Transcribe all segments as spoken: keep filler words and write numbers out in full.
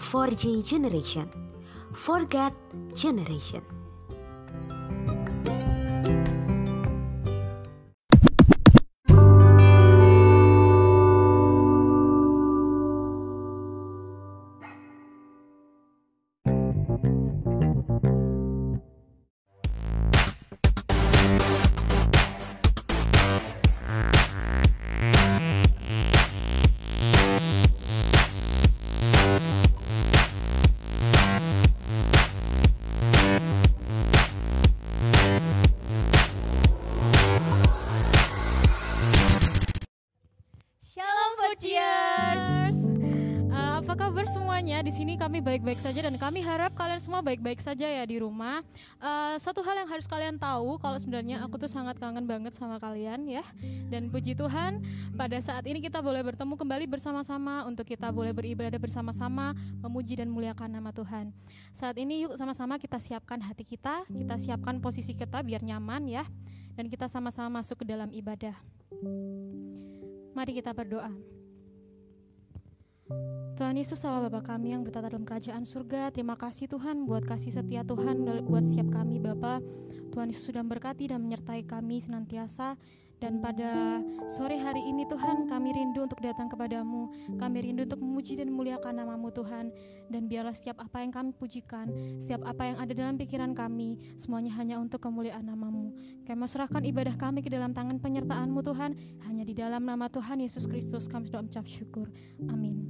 four G generation. Forget generation. Di sini kami baik-baik saja dan kami harap kalian semua baik-baik saja ya di rumah. Uh, suatu hal yang harus kalian tahu kalau sebenarnya aku tuh sangat kangen banget sama kalian ya. Dan puji Tuhan pada saat ini kita boleh bertemu kembali bersama-sama untuk kita boleh beribadah bersama-sama, memuji dan muliakan nama Tuhan. Saat ini yuk sama-sama kita siapkan hati kita, kita siapkan posisi kita biar nyaman ya. Dan kita sama-sama masuk ke dalam ibadah. Mari kita berdoa. Tuhan Yesus Allah Bapa kami yang bertata dalam kerajaan surga, terima kasih Tuhan buat kasih setia Tuhan buat setiap kami Bapa. Tuhan Yesus sudah memberkati dan menyertai kami senantiasa. Dan pada sore hari ini Tuhan kami rindu untuk datang kepadamu. Kami rindu untuk memuji dan memuliakan nama-Mu Tuhan. Dan biarlah setiap apa yang kami pujikan, setiap apa yang ada dalam pikiran kami, semuanya hanya untuk kemuliaan nama-Mu. Kami mau serahkan ibadah kami ke dalam tangan penyertaan-Mu Tuhan. Hanya di dalam nama Tuhan Yesus Kristus kami sudah mengucap syukur. Amin.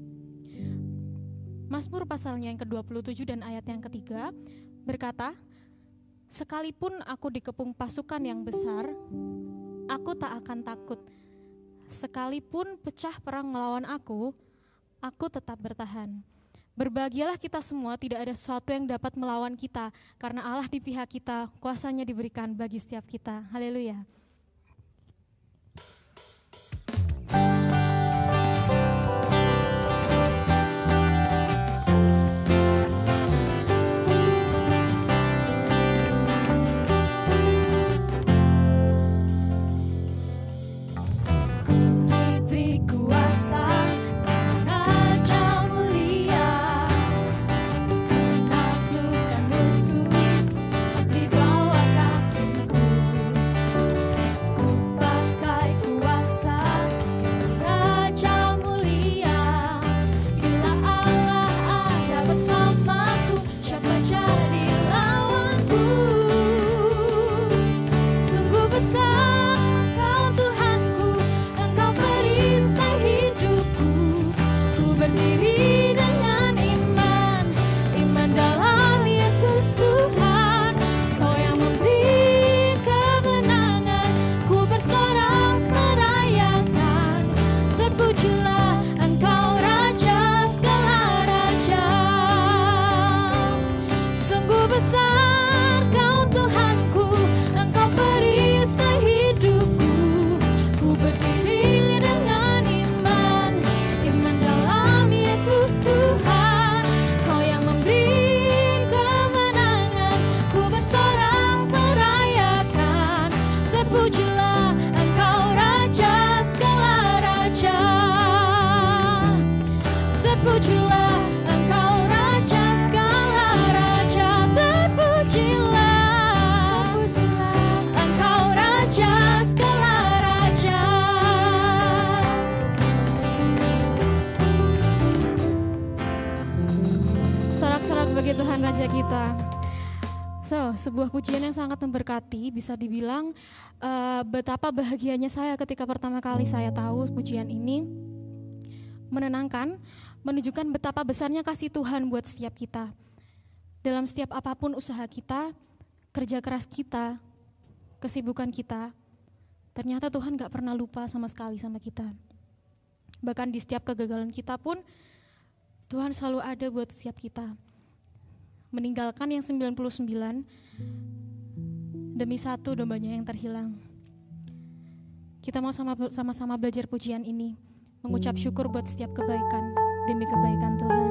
Mazmur pasalnya yang ke dua puluh tujuh dan ayat yang ketiga berkata, sekalipun aku dikepung pasukan yang besar, aku tak akan takut. Sekalipun pecah perang melawan aku, aku tetap bertahan. Berbahagialah kita semua, tidak ada sesuatu yang dapat melawan kita, karena Allah di pihak kita, kuasanya diberikan bagi setiap kita. Haleluya. Sebuah pujian yang sangat memberkati, bisa dibilang uh, betapa bahagianya saya ketika pertama kali saya tahu pujian ini. Menenangkan, menunjukkan betapa besarnya kasih Tuhan buat setiap kita. Dalam setiap apapun usaha kita, kerja keras kita, kesibukan kita, ternyata Tuhan gak pernah lupa sama sekali sama kita. Bahkan di setiap kegagalan kita pun, Tuhan selalu ada buat setiap kita. Meninggalkan yang sembilan puluh sembilan demi satu dombanya yang terhilang. Kita mau sama- sama-sama belajar pujian ini, mengucap syukur buat setiap kebaikan demi kebaikan Tuhan.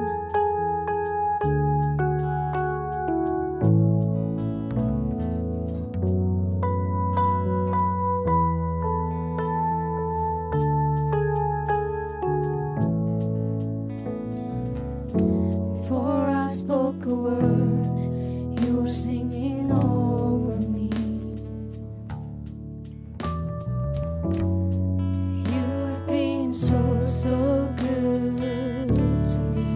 so, so good to me.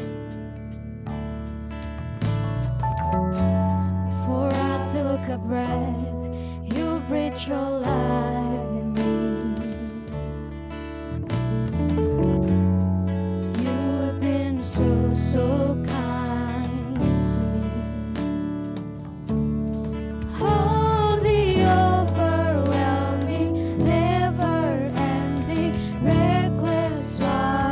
Before I took a breath, you breathed your life in me. You have been so, so kind to me. Oh, the overwhelming, never-ending, reckless, wide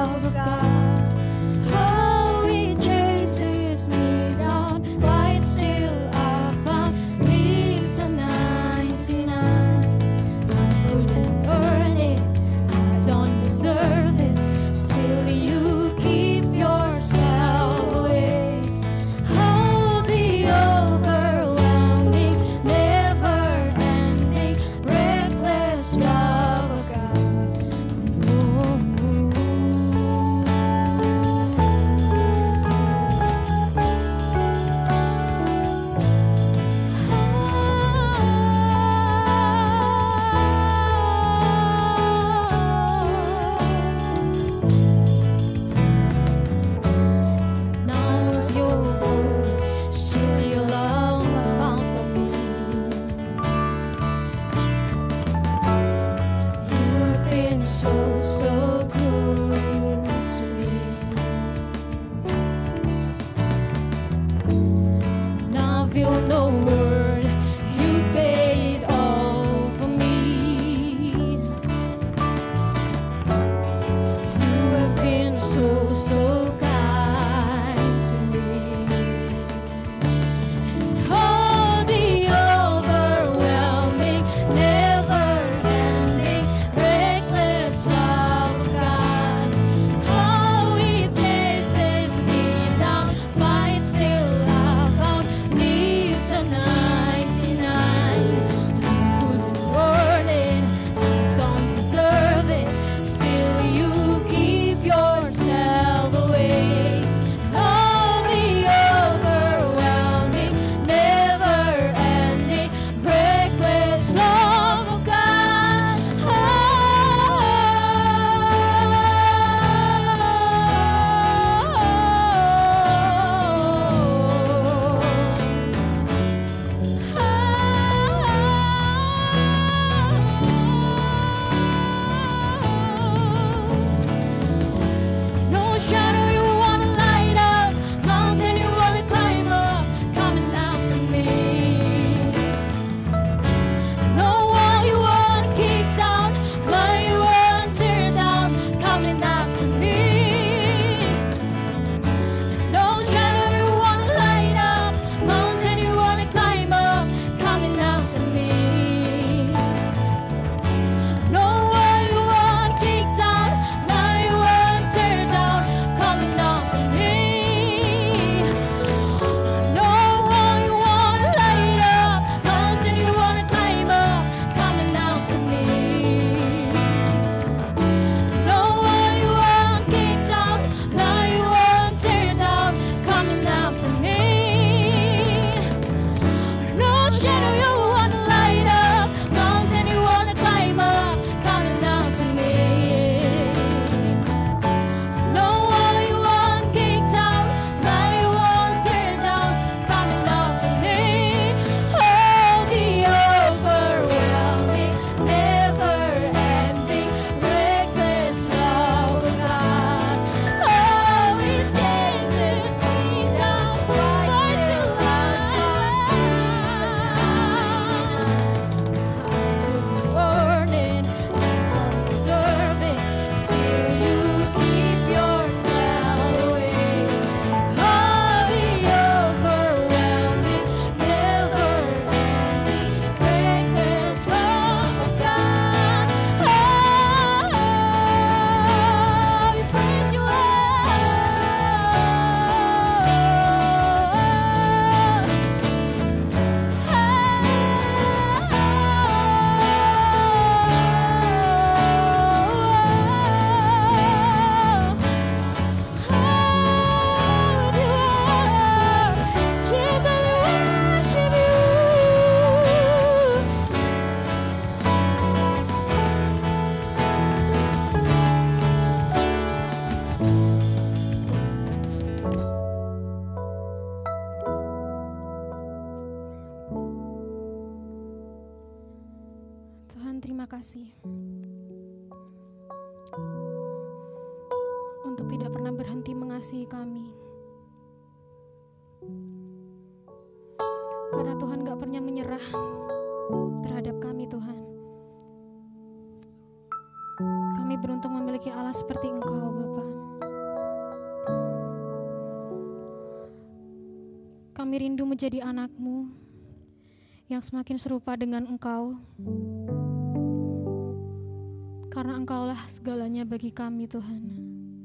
kasih untuk tidak pernah berhenti mengasihi kami. Karena Tuhan gak pernah menyerah terhadap kami, Tuhan. Kami beruntung memiliki Allah seperti Engkau, Bapa. Kami rindu menjadi anak-Mu yang semakin serupa dengan Engkau. Karena Engkaulah segalanya bagi kami, Tuhan.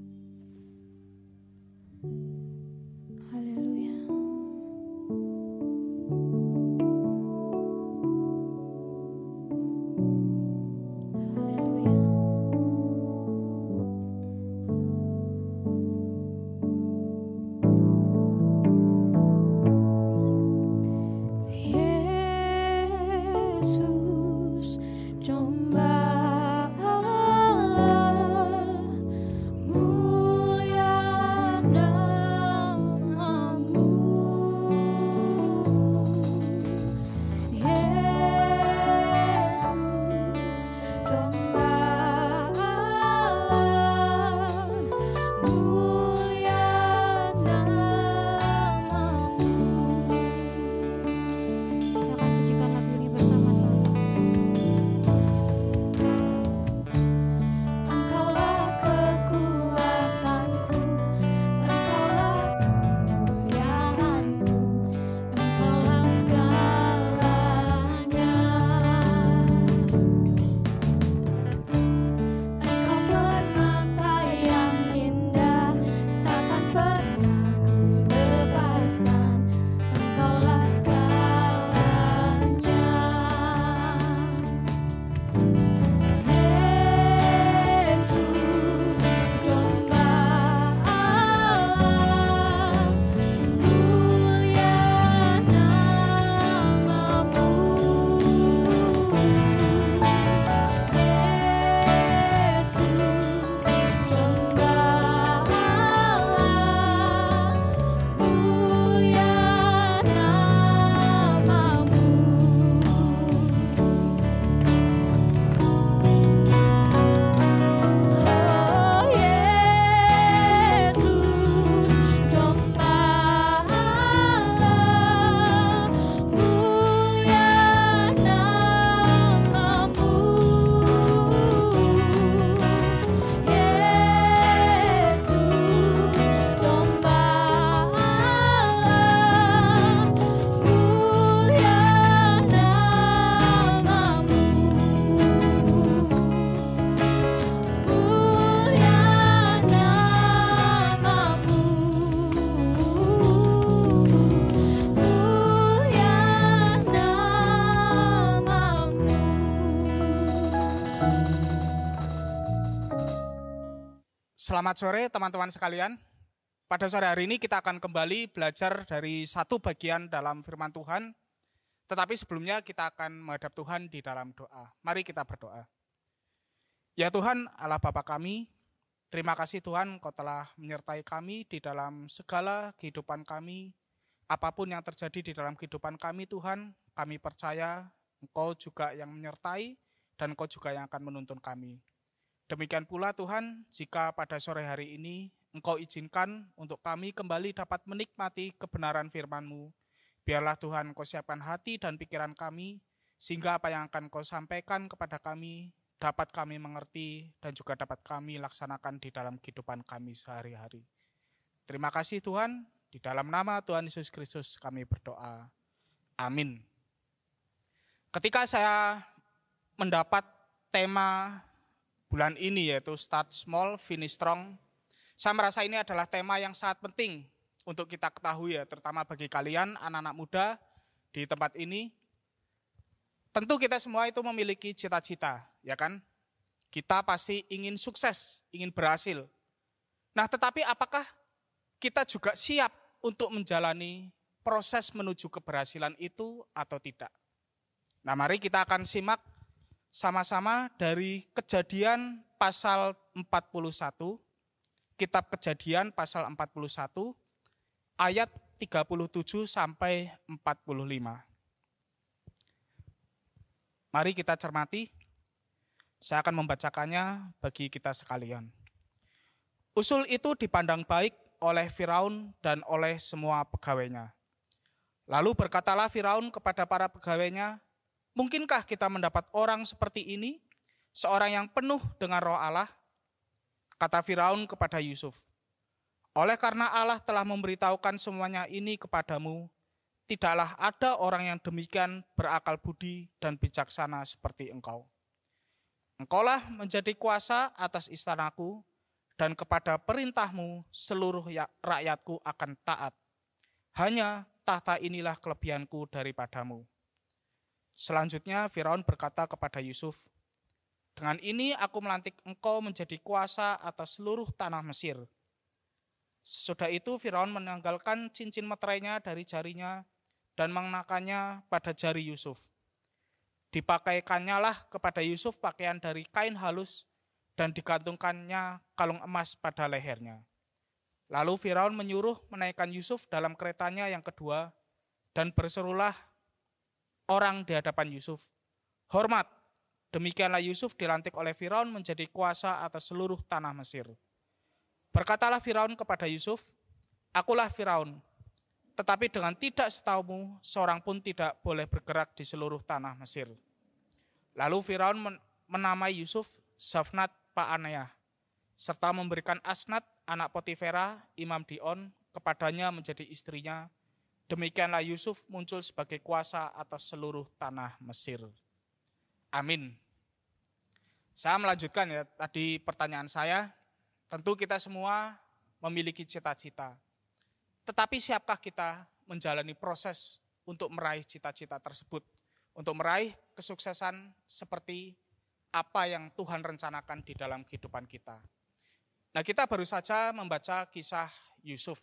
Selamat sore teman-teman sekalian. Pada sore hari ini kita akan kembali belajar dari satu bagian dalam firman Tuhan. Tetapi sebelumnya kita akan menghadap Tuhan di dalam doa. Mari kita berdoa. Ya Tuhan, Allah Bapa kami, terima kasih Tuhan Kau telah menyertai kami di dalam segala kehidupan kami. Apapun yang terjadi di dalam kehidupan kami Tuhan, kami percaya Engkau juga yang menyertai dan Engkau juga yang akan menuntun kami. Demikian pula Tuhan, jika pada sore hari ini Engkau izinkan untuk kami kembali dapat menikmati kebenaran firman-Mu, biarlah Tuhan Kau siapkan hati dan pikiran kami, sehingga apa yang akan Kau sampaikan kepada kami, dapat kami mengerti dan juga dapat kami laksanakan di dalam kehidupan kami sehari-hari. Terima kasih Tuhan, di dalam nama Tuhan Yesus Kristus kami berdoa. Amin. Ketika saya mendapat tema bulan ini yaitu Start Small, Finish Strong, saya merasa ini adalah tema yang sangat penting untuk kita ketahui ya, terutama bagi kalian anak-anak muda di tempat ini. Tentu kita semua itu memiliki cita-cita, ya kan? Kita pasti ingin sukses, ingin berhasil. Nah, tetapi apakah kita juga siap untuk menjalani proses menuju keberhasilan itu atau tidak? Nah, mari kita akan simak sama-sama dari Kejadian pasal empat puluh satu, Kitab Kejadian pasal empat puluh satu, ayat tiga puluh tujuh sampai empat puluh lima. Mari kita cermati. Saya akan membacakannya bagi kita sekalian. Usul itu dipandang baik oleh Firaun dan oleh semua pegawainya. Lalu berkatalah Firaun kepada para pegawainya, mungkinkah kita mendapat orang seperti ini, seorang yang penuh dengan roh Allah? Kata Firaun kepada Yusuf, oleh karena Allah telah memberitahukan semuanya ini kepadamu, tidaklah ada orang yang demikian berakal budi dan bijaksana seperti engkau. Engkaulah menjadi kuasa atas istanaku, dan kepada perintahmu seluruh rakyatku akan taat. Hanya tahta inilah kelebihanku daripadamu. Selanjutnya Firaun berkata kepada Yusuf, dengan ini aku melantik engkau menjadi kuasa atas seluruh tanah Mesir. Sesudah itu Firaun menanggalkan cincin meterainya dari jarinya dan mengenakannya pada jari Yusuf. Dipakaikannya lah kepada Yusuf pakaian dari kain halus dan digantungkannya kalung emas pada lehernya. Lalu Firaun menyuruh menaikkan Yusuf dalam keretanya yang kedua dan berserulah orang di hadapan Yusuf, hormat, demikianlah Yusuf dilantik oleh Firaun menjadi kuasa atas seluruh tanah Mesir. Berkatalah Firaun kepada Yusuf, akulah Firaun, tetapi dengan tidak setaumu, seorang pun tidak boleh bergerak di seluruh tanah Mesir. Lalu Firaun menamai Yusuf Safnat Paaneah, serta memberikan Asnat, anak Potifera, imam di On, kepadanya menjadi istrinya. Demikianlah Yusuf muncul sebagai kuasa atas seluruh tanah Mesir. Amin. Saya melanjutkan ya, tadi pertanyaan saya, tentu kita semua memiliki cita-cita. Tetapi siapkah kita menjalani proses untuk meraih cita-cita tersebut? Untuk meraih kesuksesan seperti apa yang Tuhan rencanakan di dalam kehidupan kita. Nah, kita baru saja membaca kisah Yusuf.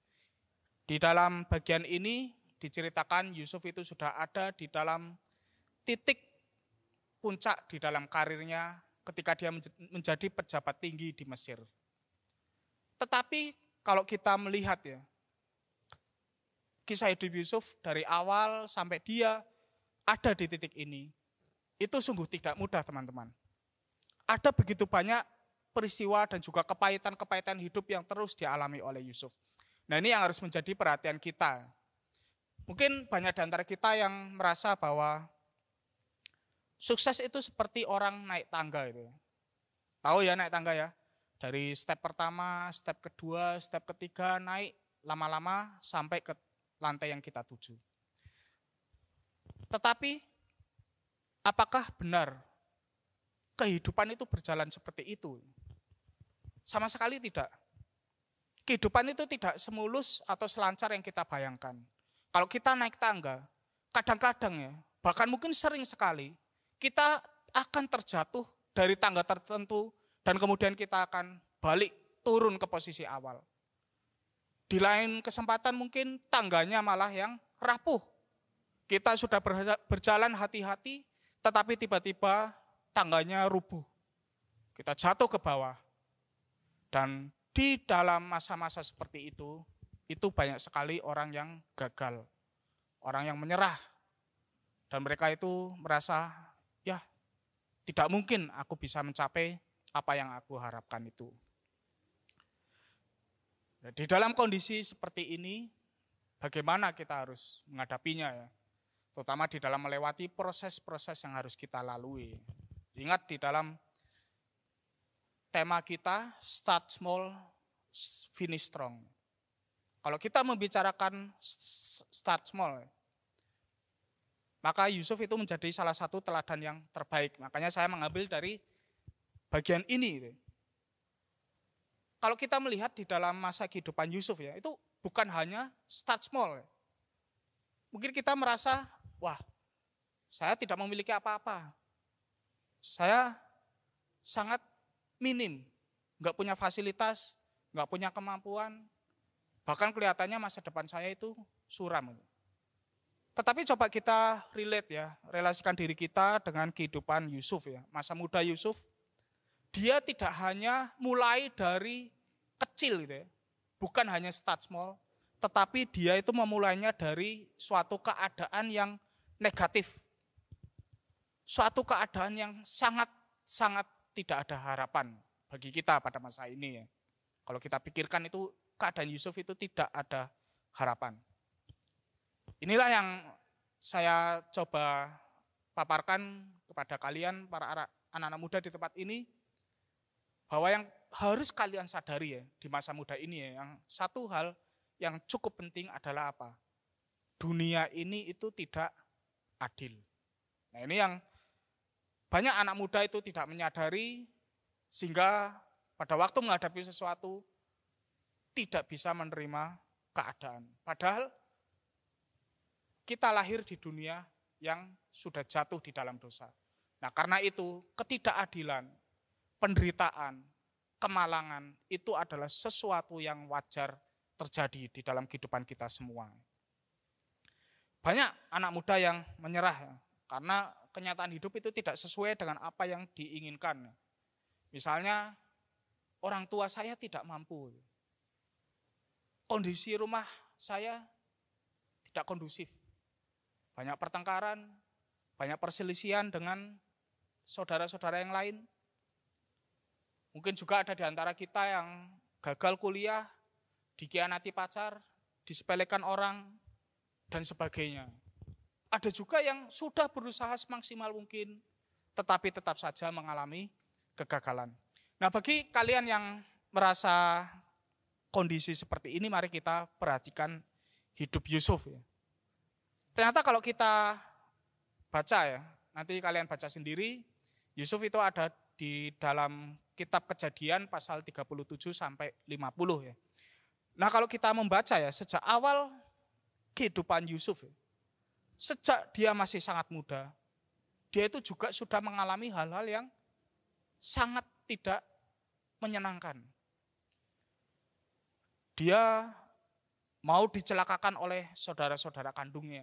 Di dalam bagian ini diceritakan Yusuf itu sudah ada di dalam titik puncak di dalam karirnya ketika dia menjadi pejabat tinggi di Mesir. Tetapi kalau kita melihat ya, kisah hidup Yusuf dari awal sampai dia ada di titik ini, itu sungguh tidak mudah teman-teman. Ada begitu banyak peristiwa dan juga kepahitan-kepahitan hidup yang terus dialami oleh Yusuf. Nah, ini yang harus menjadi perhatian kita. Mungkin banyak di antara kita yang merasa bahwa sukses itu seperti orang naik tangga itu. Tahu ya naik tangga ya? Dari step pertama, step kedua, step ketiga naik lama-lama sampai ke lantai yang kita tuju. Tetapi apakah benar kehidupan itu berjalan seperti itu? Sama sekali tidak. Kehidupan itu tidak semulus atau selancar yang kita bayangkan. Kalau kita naik tangga, kadang-kadang ya, bahkan mungkin sering sekali, kita akan terjatuh dari tangga tertentu dan kemudian kita akan balik turun ke posisi awal. Di lain kesempatan mungkin tangganya malah yang rapuh. Kita sudah berjalan hati-hati, tetapi tiba-tiba tangganya rubuh. Kita jatuh ke bawah. Dan di dalam masa-masa seperti itu, itu banyak sekali orang yang gagal. Orang yang menyerah. Dan mereka itu merasa, ya tidak mungkin aku bisa mencapai apa yang aku harapkan itu. Di dalam kondisi seperti ini, bagaimana kita harus menghadapinya ya? Terutama di dalam melewati proses-proses yang harus kita lalui. Ingat di dalam tema kita, start small, finish strong. Kalau kita membicarakan start small, maka Yusuf itu menjadi salah satu teladan yang terbaik. Makanya saya mengambil dari bagian ini. Kalau kita melihat di dalam masa kehidupan Yusuf ya, itu bukan hanya start small. Mungkin kita merasa, wah, saya tidak memiliki apa-apa. Saya sangat minim, nggak punya fasilitas, nggak punya kemampuan. Bahkan kelihatannya masa depan saya itu suram. Tetapi coba kita relate ya, relasikan diri kita dengan kehidupan Yusuf ya. Masa muda Yusuf, dia tidak hanya mulai dari kecil gitu ya. Bukan hanya start small, tetapi dia itu memulainya dari suatu keadaan yang negatif. Suatu keadaan yang sangat sangat tidak ada harapan bagi kita pada masa ini ya. Kalau kita pikirkan itu keadaan Yusuf itu tidak ada harapan. Inilah yang saya coba paparkan kepada kalian para anak-anak muda di tempat ini, bahwa yang harus kalian sadari ya di masa muda ini ya, yang satu hal yang cukup penting adalah apa? Dunia ini itu tidak adil. Nah ini yang banyak anak muda itu tidak menyadari, sehingga pada waktu menghadapi sesuatu tidak bisa menerima keadaan. Padahal kita lahir di dunia yang sudah jatuh di dalam dosa. Nah karena itu ketidakadilan, penderitaan, kemalangan itu adalah sesuatu yang wajar terjadi di dalam kehidupan kita semua. Banyak anak muda yang menyerah ya, karena kenyataan hidup itu tidak sesuai dengan apa yang diinginkan. Misalnya orang tua saya tidak mampu, kondisi rumah saya tidak kondusif, banyak pertengkaran, banyak perselisihan dengan saudara-saudara yang lain. Mungkin juga ada di antara kita yang gagal kuliah, dikhianati pacar, disepelekan orang, dan sebagainya. Ada juga yang sudah berusaha semaksimal mungkin, tetapi tetap saja mengalami kegagalan. Nah bagi kalian yang merasa kondisi seperti ini, mari kita perhatikan hidup Yusuf ya. Ternyata kalau kita baca ya, nanti kalian baca sendiri, Yusuf itu ada di dalam kitab Kejadian pasal tiga puluh tujuh sampai lima puluh ya. Nah kalau kita membaca ya, sejak awal kehidupan Yusuf ya, sejak dia masih sangat muda, dia itu juga sudah mengalami hal-hal yang sangat tidak menyenangkan. Dia mau dicelakakan oleh saudara-saudara kandungnya.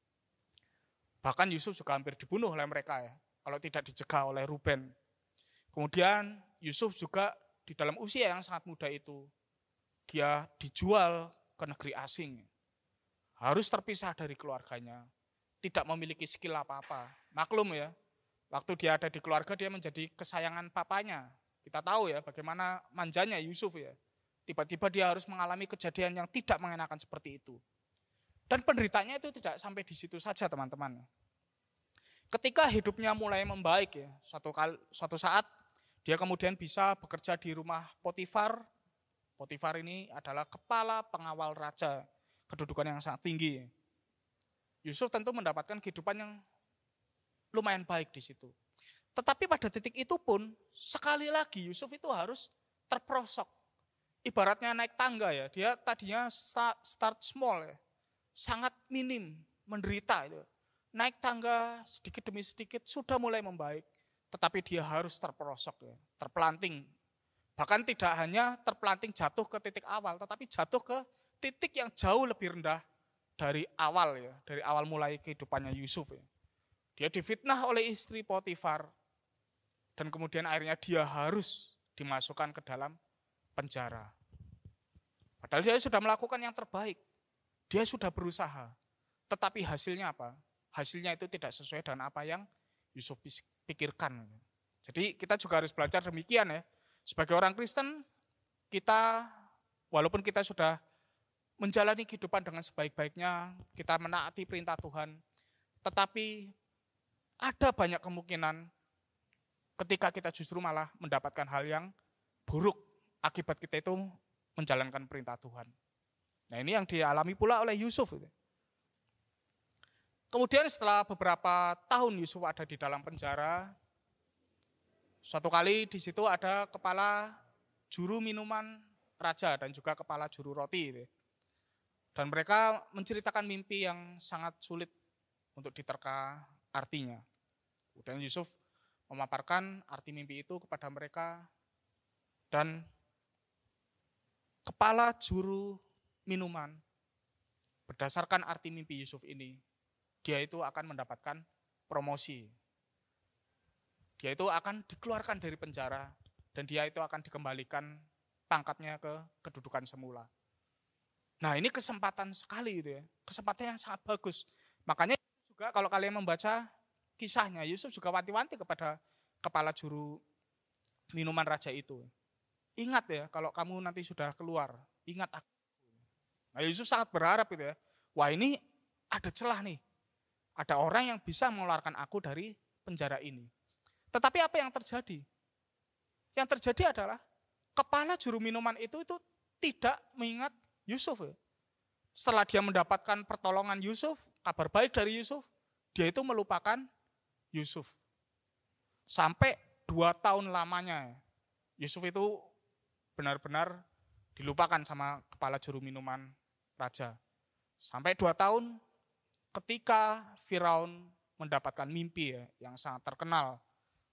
Bahkan Yusuf juga hampir dibunuh oleh mereka ya, kalau tidak dicegah oleh Ruben. Kemudian Yusuf juga di dalam usia yang sangat muda itu, dia dijual ke negeri asing. Harus terpisah dari keluarganya, tidak memiliki skill apa-apa. Maklum ya, waktu dia ada di keluarga dia menjadi kesayangan papanya. Kita tahu ya bagaimana manjanya Yusuf ya. Tiba-tiba dia harus mengalami kejadian yang tidak mengenakan seperti itu. Dan penderitanya itu tidak sampai di situ saja teman-teman. Ketika hidupnya mulai membaik ya, suatu, kali, suatu saat dia kemudian bisa bekerja di rumah Potifar. Potifar ini adalah kepala pengawal raja, kedudukan yang sangat tinggi. Yusuf tentu mendapatkan kehidupan yang lumayan baik di situ. Tetapi pada titik itu pun, sekali lagi Yusuf itu harus terperosok. Ibaratnya naik tangga ya, dia tadinya start small ya, sangat minim, menderita itu. Naik tangga sedikit demi sedikit sudah mulai membaik, tetapi dia harus terperosok ya, terpelanting. Bahkan tidak hanya terpelanting jatuh ke titik awal, tetapi jatuh ke titik yang jauh lebih rendah dari awal ya, dari awal mulai kehidupannya Yusuf ya. Dia difitnah oleh istri Potifar dan kemudian akhirnya dia harus dimasukkan ke dalam penjara. Padahal dia sudah melakukan yang terbaik. Dia sudah berusaha. Tetapi hasilnya apa? Hasilnya itu tidak sesuai dengan apa yang Yusuf pikirkan. Jadi kita juga harus belajar demikian ya. Sebagai orang Kristen, kita walaupun kita sudah menjalani kehidupan dengan sebaik-baiknya, kita menaati perintah Tuhan, tetapi ada banyak kemungkinan ketika kita justru malah mendapatkan hal yang buruk akibat kita itu menjalankan perintah Tuhan. Nah ini yang dialami pula oleh Yusuf. Kemudian setelah beberapa tahun Yusuf ada di dalam penjara, suatu kali di situ ada kepala juru minuman raja dan juga kepala juru roti. Dan mereka menceritakan mimpi yang sangat sulit untuk diterka artinya. Kemudian Yusuf memaparkan arti mimpi itu kepada mereka, dan kepala juru minuman berdasarkan arti mimpi Yusuf ini, dia itu akan mendapatkan promosi. Dia itu akan dikeluarkan dari penjara dan dia itu akan dikembalikan pangkatnya ke kedudukan semula. Nah ini kesempatan sekali itu ya, kesempatan yang sangat bagus. Makanya juga kalau kalian membaca kisahnya, Yusuf juga wanti-wanti kepada kepala juru minuman raja itu. Ingat ya, kalau kamu nanti sudah keluar, ingat aku. Nah, Yusuf sangat berharap itu ya. Wah, ini ada celah nih. Ada orang yang bisa mengeluarkan aku dari penjara ini. Tetapi apa yang terjadi? Yang terjadi adalah kepala juru minuman itu itu tidak mengingat Yusuf. Ya. Setelah dia mendapatkan pertolongan Yusuf, kabar baik dari Yusuf, dia itu melupakan Yusuf. Sampai dua tahun lamanya Yusuf itu benar-benar dilupakan sama kepala juru minuman raja. Sampai dua tahun ketika Firaun mendapatkan mimpi ya, yang sangat terkenal,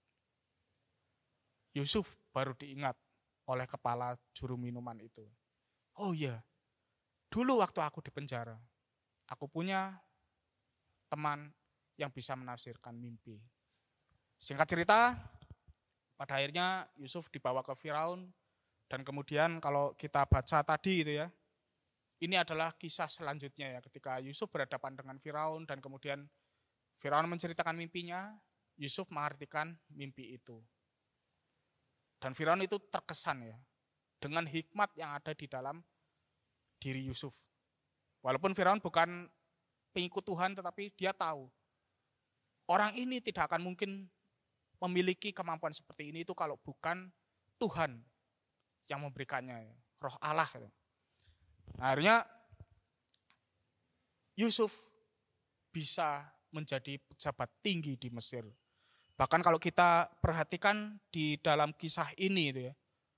Yusuf baru diingat oleh kepala juru minuman itu. Oh iya, dulu waktu aku di penjara, aku punya teman yang bisa menafsirkan mimpi. Singkat cerita, pada akhirnya Yusuf dibawa ke Firaun, dan kemudian kalau kita baca tadi itu ya, ini adalah kisah selanjutnya ya, ketika Yusuf berhadapan dengan Firaun dan kemudian Firaun menceritakan mimpinya, Yusuf mengartikan mimpi itu. Dan Firaun itu terkesan ya, dengan hikmat yang ada di dalam diri Yusuf. Walaupun Firaun bukan pengikut Tuhan, tetapi dia tahu orang ini tidak akan mungkin memiliki kemampuan seperti ini itu kalau bukan Tuhan yang memberikannya, Roh Allah. Nah, akhirnya Yusuf bisa menjadi pejabat tinggi di Mesir. Bahkan kalau kita perhatikan di dalam kisah ini itu ya,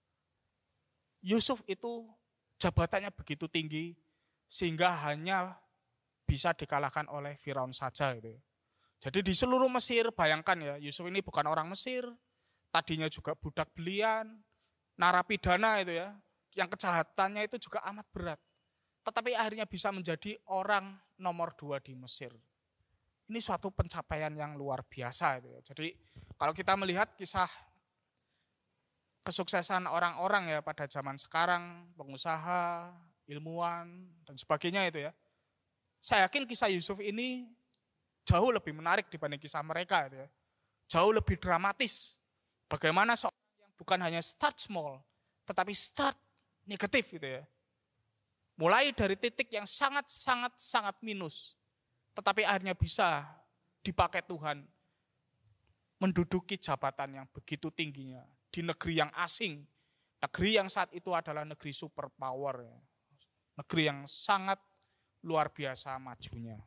Yusuf itu jabatannya begitu tinggi sehingga hanya bisa dikalahkan oleh Firaun saja gitu ya. Jadi di seluruh Mesir, bayangkan ya, Yusuf ini bukan orang Mesir, tadinya juga budak belian, narapidana itu ya, yang kejahatannya itu juga amat berat. Tetapi akhirnya bisa menjadi orang nomor dua di Mesir. Ini suatu pencapaian yang luar biasa itu ya. Jadi kalau kita melihat kisah kesuksesan orang-orang ya pada zaman sekarang, pengusaha, ilmuwan, dan sebagainya itu ya, saya yakin kisah Yusuf ini jauh lebih menarik dibanding kisah mereka itu ya. Jauh lebih dramatis. Bagaimana seorang yang bukan hanya start small, tetapi start negatif gitu ya. Mulai dari titik yang sangat-sangat-sangat minus, tetapi akhirnya bisa dipakai Tuhan menduduki jabatan yang begitu tingginya di negeri yang asing, negeri yang saat itu adalah negeri superpower, ya. Negeri yang sangat luar biasa majunya.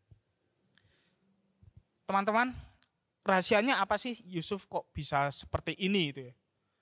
Teman-teman, rahasianya apa sih Yusuf kok bisa seperti ini itu ya?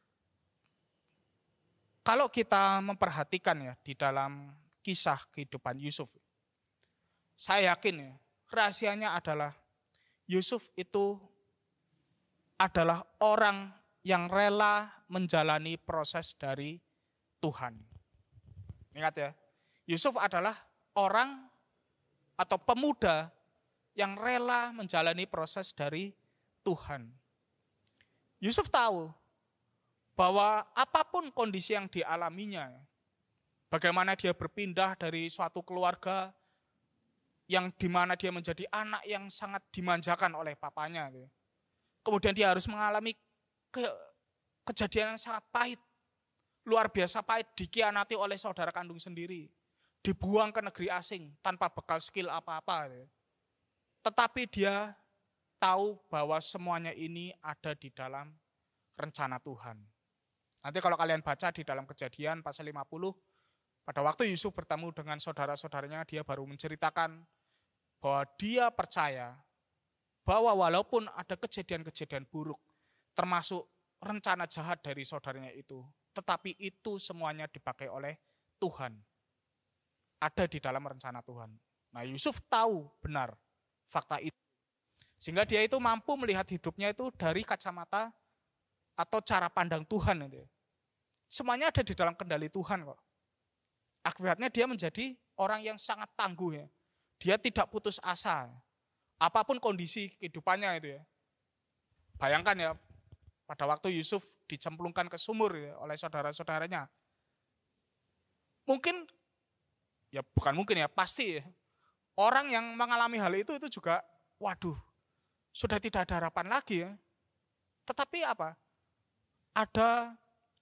Kalau kita memperhatikan ya di dalam kisah kehidupan Yusuf, saya yakin ya, rahasianya adalah Yusuf itu adalah orang yang rela menjalani proses dari Tuhan. Ingat ya, Yusuf adalah orang atau pemuda yang rela menjalani proses dari Tuhan. Yusuf tahu bahwa apapun kondisi yang dialaminya, bagaimana dia berpindah dari suatu keluarga yang dimana dia menjadi anak yang sangat dimanjakan oleh papanya. Kemudian dia harus mengalami ke, kejadian yang sangat pahit, luar biasa pahit, dikhianati oleh saudara kandung sendiri, dibuang ke negeri asing tanpa bekal skill apa-apa. Tetapi dia tahu bahwa semuanya ini ada di dalam rencana Tuhan. Nanti kalau kalian baca di dalam Kejadian pasal lima puluh, pada waktu Yusuf bertemu dengan saudara-saudaranya, dia baru menceritakan bahwa dia percaya bahwa walaupun ada kejadian-kejadian buruk, termasuk rencana jahat dari saudaranya itu, tetapi itu semuanya dipakai oleh Tuhan. Ada di dalam rencana Tuhan. Nah, Yusuf tahu benar fakta itu. Sehingga dia itu mampu melihat hidupnya itu dari kacamata atau cara pandang Tuhan. Semuanya ada di dalam kendali Tuhan kok. Akibatnya dia menjadi orang yang sangat tangguh ya. Dia tidak putus asa. Apapun kondisi kehidupannya itu ya. Bayangkan ya, pada waktu Yusuf dicemplungkan ke sumur ya, oleh saudara-saudaranya. Mungkin, ya bukan mungkin ya, pasti ya. Orang yang mengalami hal itu itu juga, waduh, sudah tidak ada harapan lagi ya. Tetapi apa? Ada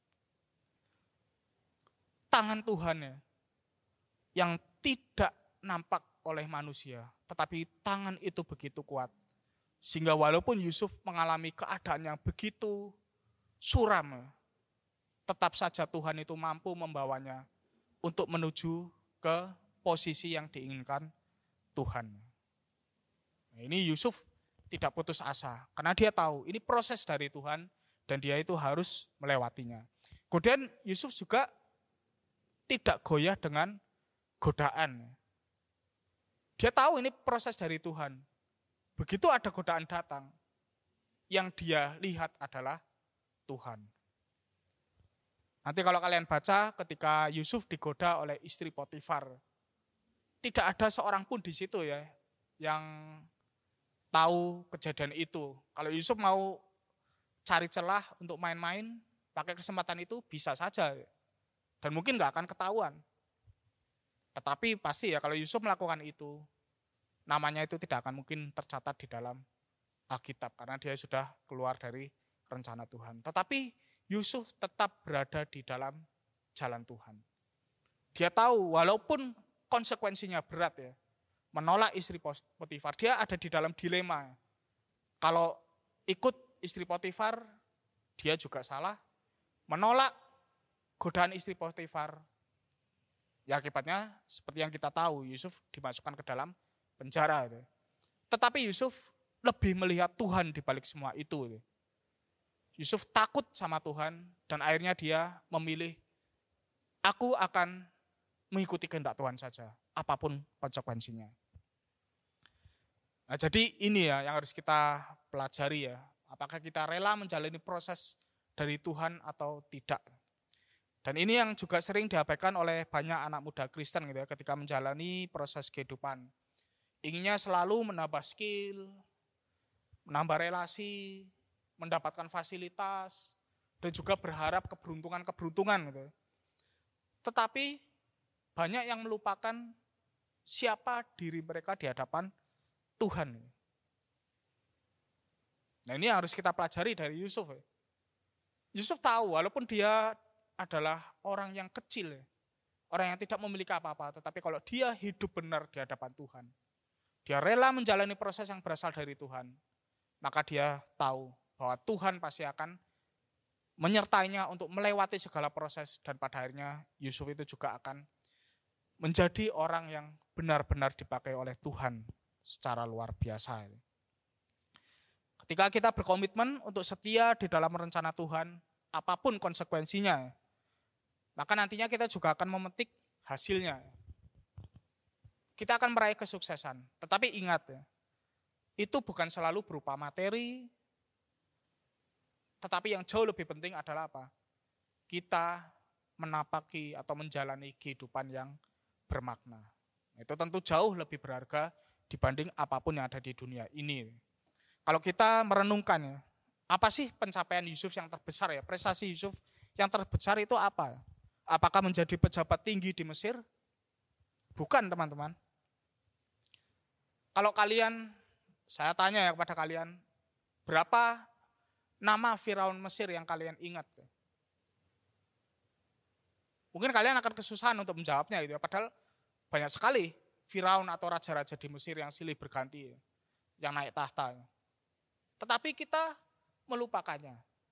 tangan Tuhan ya, yang tidak nampak oleh manusia, tetapi tangan itu begitu kuat. Sehingga walaupun Yusuf mengalami keadaan yang begitu suram, tetap saja Tuhan itu mampu membawanya untuk menuju ke posisi yang diinginkan Tuhan. Nah, ini Yusuf tidak putus asa, karena dia tahu ini proses dari Tuhan dan dia itu harus melewatinya. Kemudian Yusuf juga tidak goyah dengan godaan. Dia tahu ini proses dari Tuhan. Begitu ada godaan datang, yang dia lihat adalah Tuhan. Nanti kalau kalian baca ketika Yusuf digoda oleh istri Potifar, tidak ada seorang pun di situ ya yang tahu kejadian itu. Kalau Yusuf mau cari celah untuk main-main, pakai kesempatan itu bisa saja. Dan mungkin gak akan ketahuan. Tetapi pasti ya kalau Yusuf melakukan itu, namanya itu tidak akan mungkin tercatat di dalam Alkitab. Karena dia sudah keluar dari rencana Tuhan. Tetapi Yusuf tetap berada di dalam jalan Tuhan. Dia tahu walaupun konsekuensinya berat ya, menolak istri Potifar, dia ada di dalam dilema. Kalau ikut istri Potifar, dia juga salah. Menolak godaan istri Potifar, ya akibatnya seperti yang kita tahu, Yusuf dimasukkan ke dalam penjara. Tetapi Yusuf lebih melihat Tuhan di balik semua itu. Yusuf takut sama Tuhan dan akhirnya dia memilih, aku akan mengikuti kehendak Tuhan saja, apapun konsekuensinya. Nah, jadi ini ya yang harus kita pelajari ya, apakah kita rela menjalani proses dari Tuhan atau tidak. Dan ini yang juga sering diabaikan oleh banyak anak muda Kristen gitu ya, ketika menjalani proses kehidupan. Inginnya selalu menambah skill, menambah relasi, mendapatkan fasilitas, dan juga berharap keberuntungan-keberuntungan gitu. Tetapi banyak yang melupakan siapa diri mereka di hadapan Tuhan. Nah, ini harus kita pelajari dari Yusuf. Yusuf tahu walaupun dia adalah orang yang kecil, orang yang tidak memiliki apa-apa, tetapi kalau dia hidup benar di hadapan Tuhan, dia rela menjalani proses yang berasal dari Tuhan, maka dia tahu bahwa Tuhan pasti akan menyertainya untuk melewati segala proses, dan pada akhirnya Yusuf itu juga akan menjadi orang yang benar-benar dipakai oleh Tuhan secara luar biasa. Ketika kita berkomitmen untuk setia di dalam rencana Tuhan, apapun konsekuensinya, maka nantinya kita juga akan memetik hasilnya. Kita akan meraih kesuksesan, tetapi ingat ya, itu bukan selalu berupa materi, tetapi yang jauh lebih penting adalah apa? Kita menapaki atau menjalani kehidupan yang bermakna. Itu tentu jauh lebih berharga dibanding apapun yang ada di dunia ini. Kalau kita merenungkan ya, apa sih pencapaian Yusuf yang terbesar ya? Prestasi Yusuf yang terbesar itu apa? Apakah menjadi pejabat tinggi di Mesir? Bukan, teman-teman. Kalau kalian, saya tanya ya kepada kalian, berapa nama Firaun Mesir yang kalian ingat? Mungkin kalian akan kesusahan untuk menjawabnya gitu ya, padahal banyak sekali Firaun atau raja-raja di Mesir yang silih berganti, yang naik tahta. Tetapi kita melupakannya.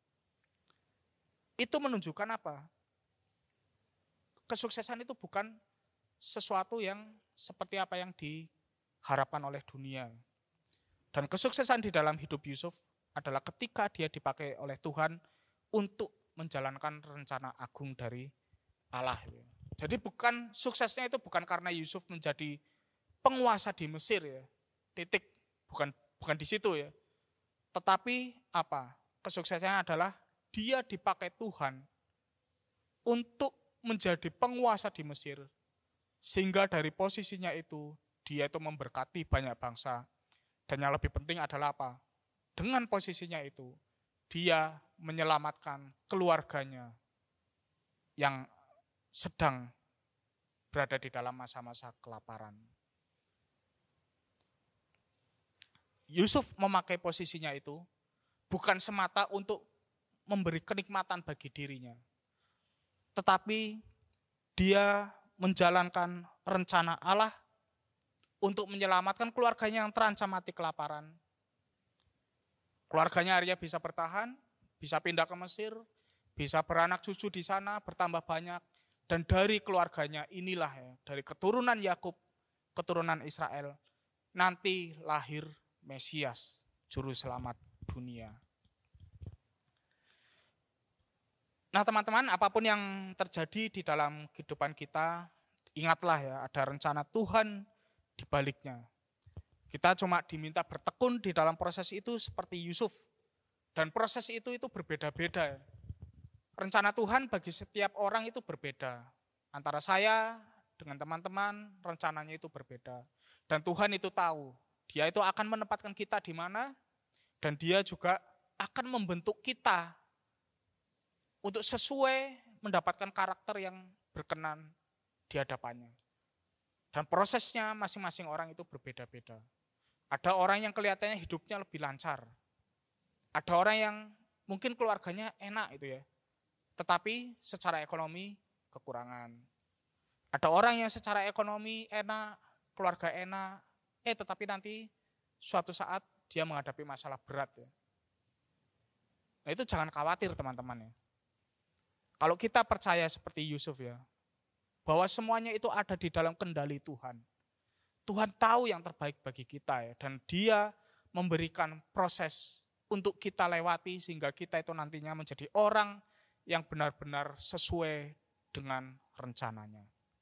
Itu menunjukkan apa? Kesuksesan itu bukan sesuatu yang seperti apa yang diharapkan oleh dunia. Dan kesuksesan di dalam hidup Yusuf adalah ketika dia dipakai oleh Tuhan untuk menjalankan rencana agung dari Allah. Jadi bukan suksesnya itu bukan karena Yusuf menjadi penguasa di Mesir ya. Titik, bukan bukan di situ ya. Tetapi apa? Kesuksesannya adalah dia dipakai Tuhan untuk menjadi penguasa di Mesir. Sehingga dari posisinya itu dia itu memberkati banyak bangsa. Dan yang lebih penting adalah apa? Dengan posisinya itu, dia menyelamatkan keluarganya yang sedang berada di dalam masa-masa kelaparan. Yusuf memakai posisinya itu bukan semata untuk memberi kenikmatan bagi dirinya, tetapi dia menjalankan rencana Allah untuk menyelamatkan keluarganya yang terancam mati kelaparan. Keluarganya akhirnya bisa bertahan, bisa pindah ke Mesir, bisa beranak cucu di sana, bertambah banyak. Dan dari keluarganya inilah ya, dari keturunan Yakub, keturunan Israel, nanti lahir Mesias, juru selamat dunia. Nah teman-teman, apapun yang terjadi di dalam kehidupan kita, ingatlah ya, ada rencana Tuhan di baliknya. Kita cuma diminta bertekun di dalam proses itu seperti Yusuf. Dan proses itu itu berbeda-beda. Rencana Tuhan bagi setiap orang itu berbeda. Antara saya dengan teman-teman, rencananya itu berbeda. Dan Tuhan itu tahu, Dia itu akan menempatkan kita di mana, dan Dia juga akan membentuk kita untuk sesuai mendapatkan karakter yang berkenan di hadapannya. Dan prosesnya masing-masing orang itu berbeda-beda. Ada orang yang kelihatannya hidupnya lebih lancar. Ada orang yang mungkin keluarganya enak itu ya, tetapi secara ekonomi kekurangan. Ada orang yang secara ekonomi enak, keluarga enak, eh tetapi nanti suatu saat dia menghadapi masalah berat ya. Nah itu jangan khawatir teman-teman ya. Kalau kita percaya seperti Yusuf ya, bahwa semuanya itu ada di dalam kendali Tuhan. Tuhan tahu yang terbaik bagi kita ya, dan Dia memberikan proses untuk kita lewati sehingga kita itu nantinya menjadi orang yang benar-benar sesuai dengan rencananya.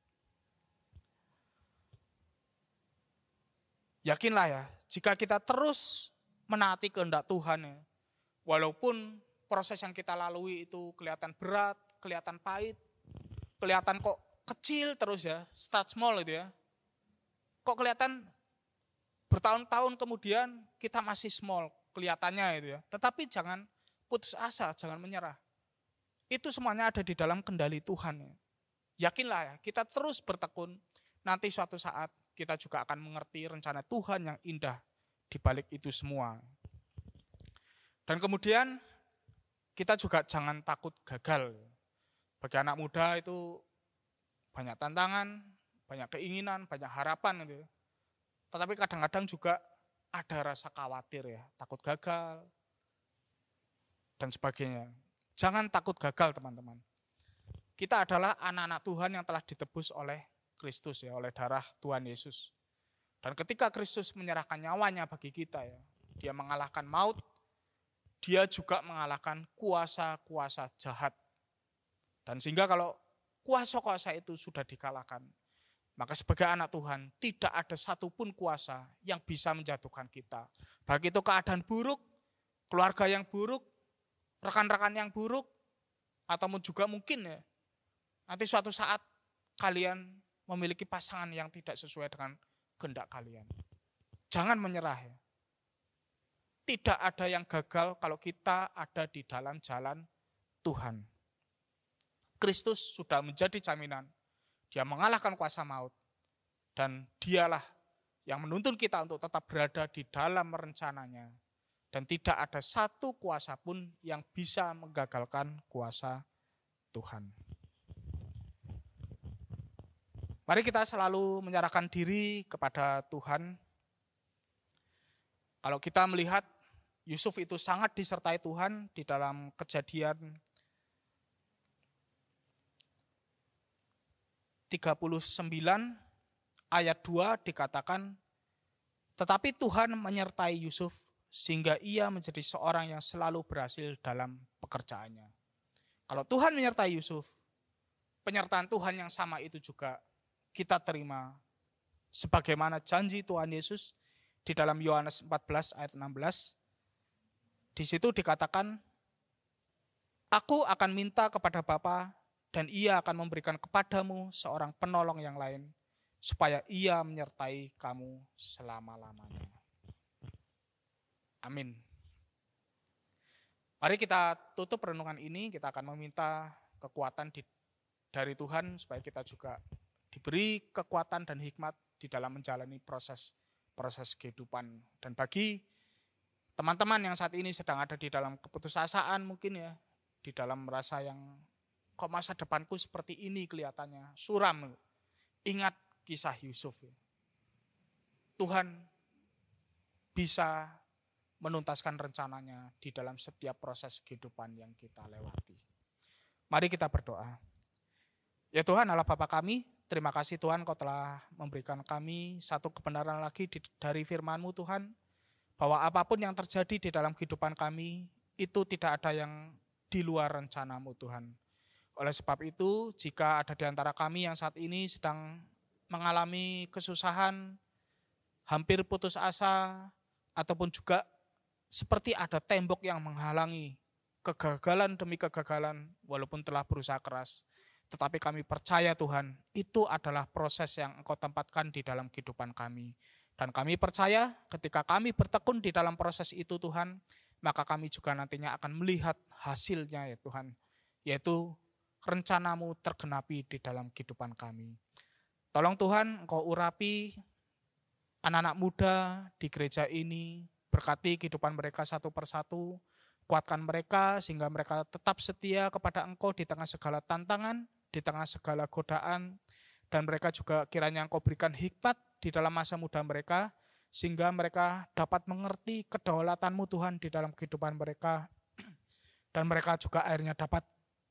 Yakinlah ya, jika kita terus menaati kehendak Tuhan ya, walaupun proses yang kita lalui itu kelihatan berat, kelihatan pahit, kelihatan kok kecil terus ya, start small itu ya. Kok kelihatan bertahun-tahun kemudian kita masih small, kelihatannya itu ya. Tetapi jangan putus asa, jangan menyerah. Itu semuanya ada di dalam kendali Tuhan ya. Yakinlah ya, kita terus bertekun, nanti suatu saat kita juga akan mengerti rencana Tuhan yang indah di balik itu semua. Dan kemudian kita juga jangan takut gagal. Bagi anak muda itu banyak tantangan, banyak keinginan, banyak harapan gitu. Tetapi kadang-kadang juga ada rasa khawatir ya, takut gagal dan sebagainya. Jangan takut gagal teman-teman. Kita adalah anak-anak Tuhan yang telah ditebus oleh Kristus ya, oleh darah Tuhan Yesus. Dan ketika Kristus menyerahkan nyawanya bagi kita ya, Dia mengalahkan maut, Dia juga mengalahkan kuasa-kuasa jahat. Dan sehingga kalau kuasa-kuasa itu sudah dikalahkan, maka sebagai anak Tuhan tidak ada satupun kuasa yang bisa menjatuhkan kita. Baik itu keadaan buruk, keluarga yang buruk, rekan-rekan yang buruk, atau juga mungkin ya, nanti suatu saat kalian memiliki pasangan yang tidak sesuai dengan kehendak kalian. Jangan menyerah ya. Tidak ada yang gagal kalau kita ada di dalam jalan Tuhan. Kristus sudah menjadi jaminan. Dia mengalahkan kuasa maut. Dan Dialah yang menuntun kita untuk tetap berada di dalam rencananya. Dan tidak ada satu kuasa pun yang bisa menggagalkan kuasa Tuhan. Mari kita selalu menyerahkan diri kepada Tuhan. Kalau kita melihat Yusuf itu sangat disertai Tuhan di dalam Kejadian tiga puluh sembilan ayat dua dikatakan, tetapi Tuhan menyertai Yusuf sehingga ia menjadi seorang yang selalu berhasil dalam pekerjaannya. Kalau Tuhan menyertai Yusuf, penyertaan Tuhan yang sama itu juga kita terima sebagaimana janji Tuhan Yesus di dalam Yohanes empat belas ayat enam belas. Di situ dikatakan, aku akan minta kepada Bapa dan Ia akan memberikan kepadamu seorang penolong yang lain supaya Ia menyertai kamu selama-lamanya. Amin. Mari kita tutup renungan ini, kita akan meminta kekuatan di, dari Tuhan supaya kita juga diberi kekuatan dan hikmat di dalam menjalani proses proses kehidupan. Dan bagi Teman-teman yang saat ini sedang ada di dalam keputusasaan mungkin ya, di dalam merasa yang kok masa depanku seperti ini kelihatannya, suram. Ingat kisah Yusuf. Tuhan bisa menuntaskan rencananya di dalam setiap proses kehidupan yang kita lewati. Mari kita berdoa. Ya Tuhan Allah Bapa kami, terima kasih Tuhan Kau telah memberikan kami satu kebenaran lagi dari firman-Mu Tuhan, bahwa apapun yang terjadi di dalam kehidupan kami, itu tidak ada yang di luar rencana-Mu Tuhan. Oleh sebab itu, jika ada di antara kami yang saat ini sedang mengalami kesusahan, hampir putus asa, ataupun juga seperti ada tembok yang menghalangi kegagalan demi kegagalan, walaupun telah berusaha keras, tetapi kami percaya Tuhan, itu adalah proses yang Engkau tempatkan di dalam kehidupan kami. Dan kami percaya ketika kami bertekun di dalam proses itu Tuhan, maka kami juga nantinya akan melihat hasilnya ya Tuhan, yaitu rencana-Mu tergenapi di dalam kehidupan kami. Tolong Tuhan Engkau urapi anak-anak muda di gereja ini, berkati kehidupan mereka satu persatu, kuatkan mereka sehingga mereka tetap setia kepada Engkau di tengah segala tantangan, di tengah segala godaan, dan mereka juga kiranya Engkau berikan hikmat di dalam masa muda mereka, sehingga mereka dapat mengerti kedaulatan-Mu Tuhan di dalam kehidupan mereka, dan mereka juga akhirnya dapat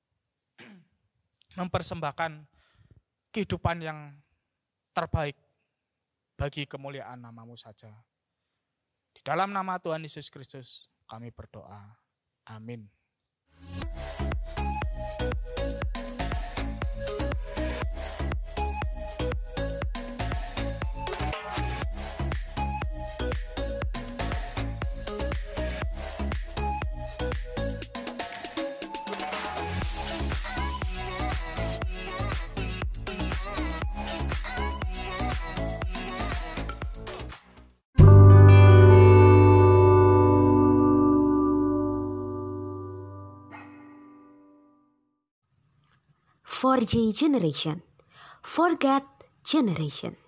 mempersembahkan kehidupan yang terbaik bagi kemuliaan nama-Mu saja. Di dalam nama Tuhan Yesus Kristus kami berdoa. Amin. four G generation. Forget generation.